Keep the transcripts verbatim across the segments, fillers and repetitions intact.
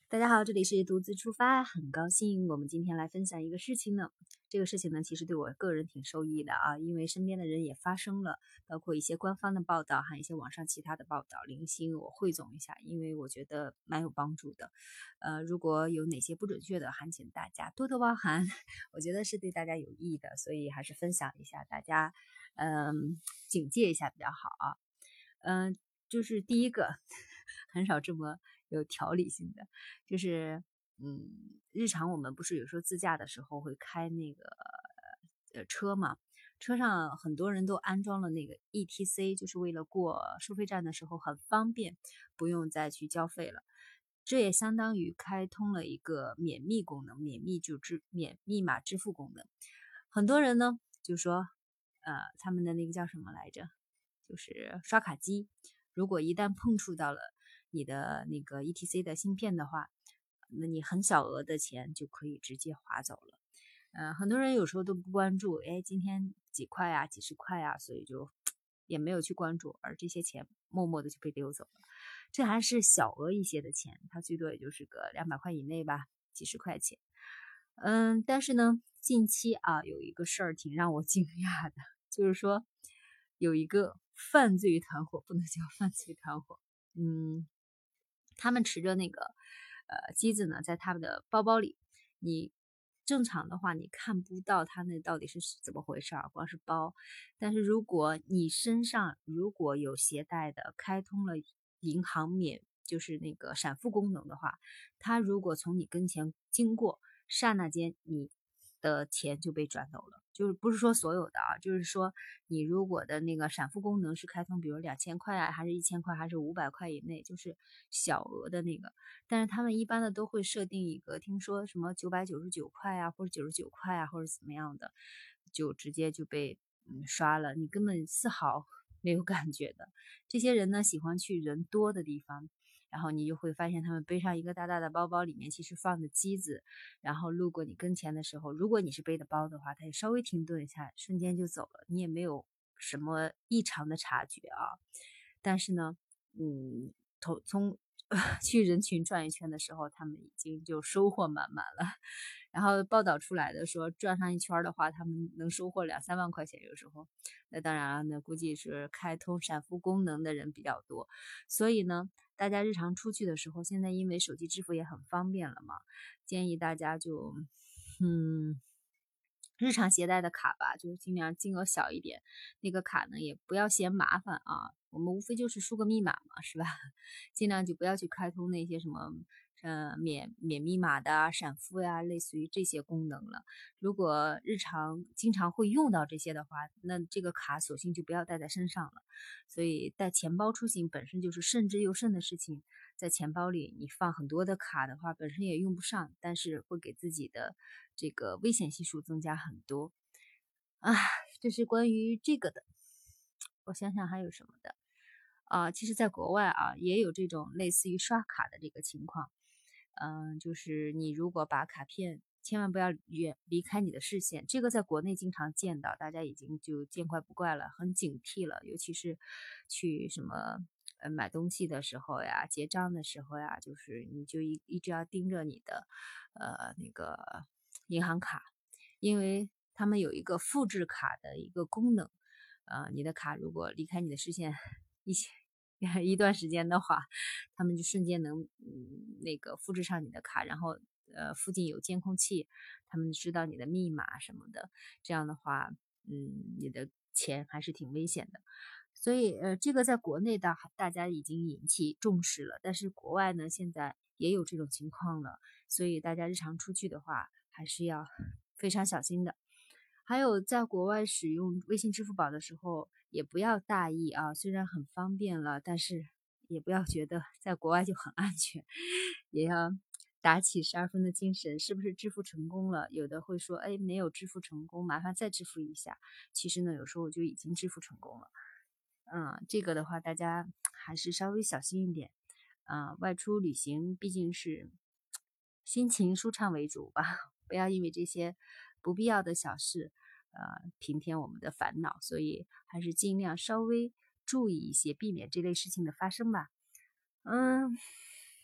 大家好，这里是独自出发，很高兴我们今天来分享一个事情呢。这个事情呢，其实对我个人挺受益的啊，因为身边的人也发生了，包括一些官方的报道，还有一些网上其他的报道，零星我汇总一下，因为我觉得蛮有帮助的。呃，如果有哪些不准确的，还请大家多多包涵，我觉得是对大家有益的，所以还是分享一下，大家嗯警戒一下比较好啊。嗯，就是第一个，很少这么有条理性的，就是嗯，日常我们不是有时候自驾的时候会开那个呃车嘛，车上很多人都安装了那个 E T C，就是为了过收费站的时候很方便，不用再去交费了。这也相当于开通了一个免密功能，免密就支免密码支付功能。很多人呢就说，呃，他们的那个叫什么来着？就是刷卡机，如果一旦碰触到了你的那个 E T C 的芯片的话，那你很小额的钱就可以直接划走了。呃，很多人有时候都不关注，哎，今天几块啊，几十块啊，所以就也没有去关注，而这些钱默默的就被溜走了。这还是小额一些的钱，它最多也就是个两百块以内吧，几十块钱。嗯，但是呢，近期啊有一个事儿挺让我惊讶的，就是说有一个犯罪团伙，不能叫犯罪团伙，嗯，他们持着那个呃机子呢，在他们的包包里，你正常的话你看不到它那到底是怎么回事儿，光是包。但是如果你身上如果有携带的开通了银行免，就是那个闪付功能的话，它如果从你跟前经过，刹那间你的钱就被转走了。就是不是说所有的啊，就是说你如果的那个闪付功能是开通，比如两千块啊，还是一千块，还是五百块以内，就是小额的那个。但是他们一般的都会设定一个，听说什么九百九十九块啊，或者九十九块啊，或者怎么样的，就直接就被嗯刷了，你根本丝毫没有感觉的。这些人呢，喜欢去人多的地方。然后你就会发现他们背上一个大大的包包，里面其实放着机子，然后路过你跟前的时候，如果你是背的包的话，他也稍微停顿一下，瞬间就走了，你也没有什么异常的察觉啊。但是呢，嗯，从从去人群转一圈的时候，他们已经就收获满满了。然后报道出来的说，转上一圈的话，他们能收获两三万块钱，有时候。那当然了，那估计是开通闪付功能的人比较多，所以呢，大家日常出去的时候，现在因为手机支付也很方便了嘛，建议大家就，嗯，日常携带的卡吧，就是尽量金额小一点。那个卡呢，也不要嫌麻烦啊，我们无非就是输个密码嘛，是吧？尽量就不要去开通那些什么，呃，免免密码的啊、闪付呀，类似于这些功能了。如果日常经常会用到这些的话，那这个卡索性就不要带在身上了。所以带钱包出行本身就是慎之又慎的事情，在钱包里你放很多的卡的话，本身也用不上，但是会给自己的这个危险系数增加很多啊。这是关于这个的，我想想还有什么的啊？其实，在国外啊，也有这种类似于刷卡的这个情况。嗯，就是你如果把卡片千万不要远离开你的视线，这个在国内经常见到，大家已经就见怪不怪了，很警惕了。尤其是去什么呃买东西的时候呀，结账的时候呀，就是你就一一直要盯着你的呃那个银行卡，因为他们有一个复制卡的一个功能。呃，你的卡如果离开你的视线一些一段时间的话，他们就瞬间能嗯那个复制上你的卡，然后呃附近有监控器，他们知道你的密码什么的，这样的话，嗯，你的钱还是挺危险的。所以呃，这个在国内大大家已经引起重视了，但是国外呢现在也有这种情况了，所以大家日常出去的话还是要非常小心的。还有在国外使用微信、支付宝的时候，也不要大意啊，虽然很方便了，但是也不要觉得在国外就很安全，也要打起十二分的精神，是不是支付成功了？有的会说，哎，没有支付成功，麻烦再支付一下。其实呢，有时候我就已经支付成功了。嗯，这个的话，大家还是稍微小心一点。啊、外出旅行毕竟是心情舒畅为主吧，不要因为这些不必要的小事，呃，平添我们的烦恼。所以还是尽量稍微注意一些，避免这类事情的发生吧。嗯，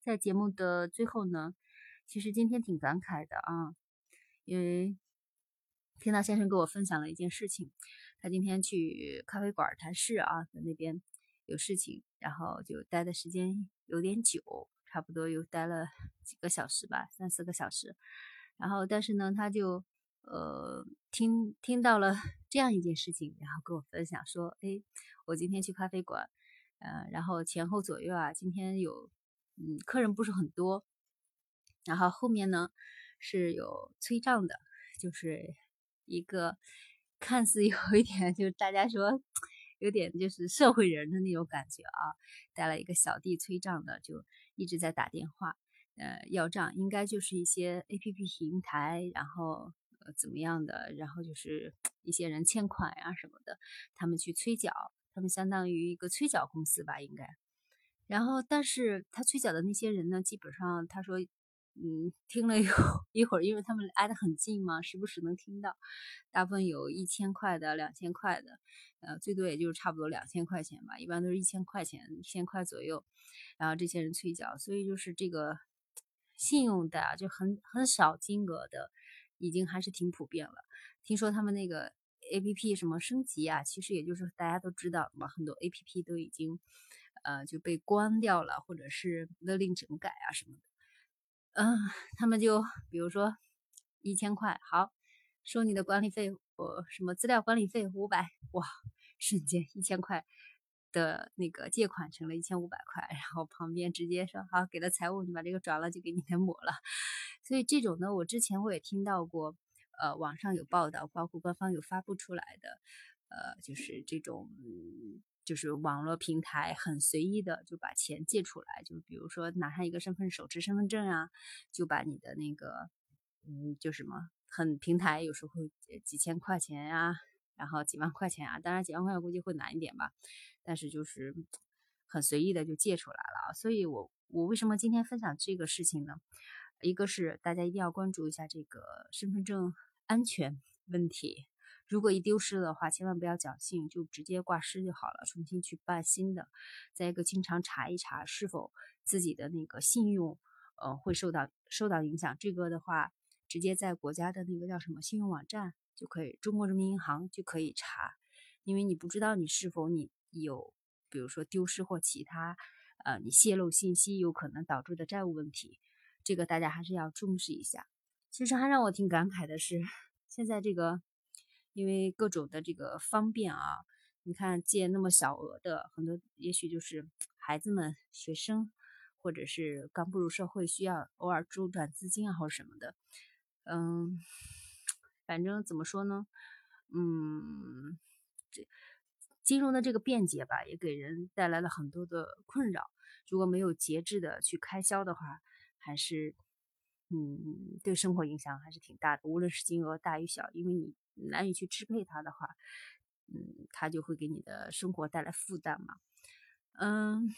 在节目的最后呢，其实今天挺感慨的啊，因为听到先生跟我分享了一件事情，他今天去咖啡馆谈事啊，在那边有事情，然后就待的时间有点久，差不多又待了几个小时吧，三四个小时。然后但是呢，他就呃听听到了这样一件事情，然后跟我分享说，哎，我今天去咖啡馆，呃，然后前后左右啊，今天有嗯客人不是很多，然后后面呢是有催账的，就是一个看似有一点就是大家说有点就是社会人的那种感觉啊，带了一个小弟催账的，就一直在打电话，呃，要账，应该就是一些 A P P 平台，然后呃怎么样的，然后就是一些人欠款呀、什么的，他们去催缴，他们相当于一个催缴公司吧，应该。然后，但是他催缴的那些人呢，基本上他说，嗯，听了以后一会儿，因为他们挨得很近嘛，时不时能听到，大部分有一千块的、两千块的，呃，最多也就是差不多两千块钱吧，一般都是一千块钱、一千块左右。然后这些人催缴，所以就是这个信用的啊就很很少金额的，已经还是挺普遍了。听说他们那个 A P P 什么升级啊，其实也就是大家都知道嘛，很多 A P P 都已经呃就被关掉了，或者是勒令整改啊什么的。嗯，他们就比如说一千块，好，收你的管理费，我什么资料管理费五百，哇，瞬间一千块的那个借款成了一千五百块，然后旁边直接说好，给了财务，你把这个转了就给你的抹了。所以这种呢，我之前我也听到过，呃，网上有报道，包括官方有发布出来的，呃，就是这种。嗯就是网络平台很随意的就把钱借出来，就比如说拿上一个身份手持身份证啊，就把你的那个，嗯，就什么很平台有时候会几千块钱呀、啊，然后几万块钱啊，当然几万块钱估计会难一点吧，但是就是很随意的就借出来了。所以我我为什么今天分享这个事情呢？一个是大家一定要关注一下这个身份证安全问题。如果一丢失的话，千万不要侥幸，就直接挂失就好了，重新去办新的。再一个，经常查一查是否自己的那个信用，呃，会受到受到影响。这个的话，直接在国家的那个叫什么信用网站就可以，中国人民银行就可以查。因为你不知道你是否你有，比如说丢失或其他，呃，你泄露信息有可能导致的债务问题，这个大家还是要重视一下。其实还让我挺感慨的是，现在这个。因为各种的这个方便啊，你看借那么小额的，很多也许就是孩子们、学生，或者是刚步入社会需要偶尔周转资金啊或者什么的，嗯，反正怎么说呢，嗯，这金融的这个便捷吧，也给人带来了很多的困扰。如果没有节制的去开销的话，还是嗯，对生活影响还是挺大的。无论是金额大与小，因为你难以去支配它的话，嗯，它就会给你的生活带来负担嘛。嗯，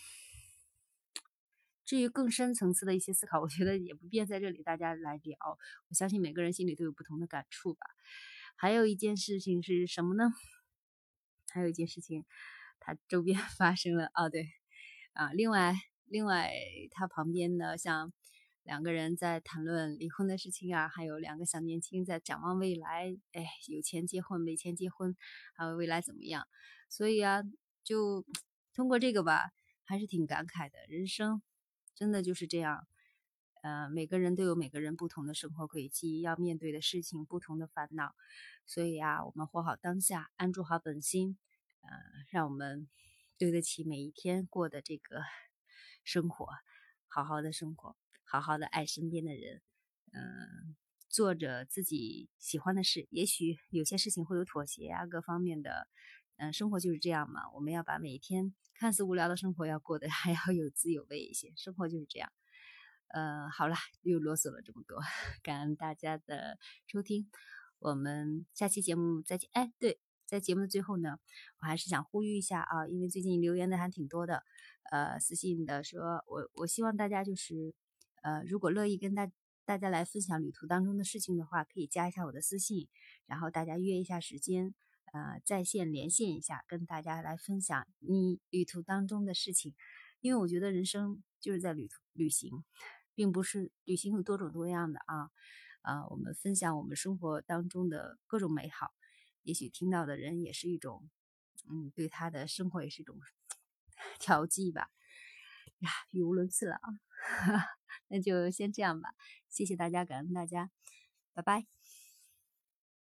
至于更深层次的一些思考，我觉得也不便在这里大家来聊。我相信每个人心里都有不同的感触吧。还有一件事情是什么呢？还有一件事情，它周边发生了啊，对啊，另外另外它旁边的像两个人在谈论离婚的事情啊，还有两个小年轻在展望未来，哎，有钱结婚没钱结婚，还有未来怎么样？所以啊，就通过这个吧，还是挺感慨的。人生真的就是这样，呃，每个人都有每个人不同的生活轨迹，要面对的事情不同的烦恼。所以啊，我们活好当下，安住好本心，呃，让我们对得起每一天过的这个生活，好好的生活，好好的爱身边的人，嗯、呃，做着自己喜欢的事。也许有些事情会有妥协啊，各方面的，嗯、呃，生活就是这样嘛。我们要把每一天看似无聊的生活要过得还要有滋有味一些，生活就是这样。呃，好了，又啰嗦了这么多，感恩大家的收听。我们下期节目再见。哎，对，在节目的最后呢，我还是想呼吁一下啊，因为最近留言的还挺多的，呃，私信的说，我我希望大家就是，呃，如果乐意跟大大家来分享旅途当中的事情的话，可以加一下我的私信，然后大家约一下时间，呃，在线连线一下，跟大家来分享你旅途当中的事情。 因为我觉得人生就是在旅途旅行，并不是旅行有多种多样的啊。啊，我们分享我们生活当中的各种美好，也许听到的人也是一种，嗯，对他的生活也是一种调剂吧。呀，语无伦次了啊，那就先这样吧，谢谢大家，感恩大家，拜拜。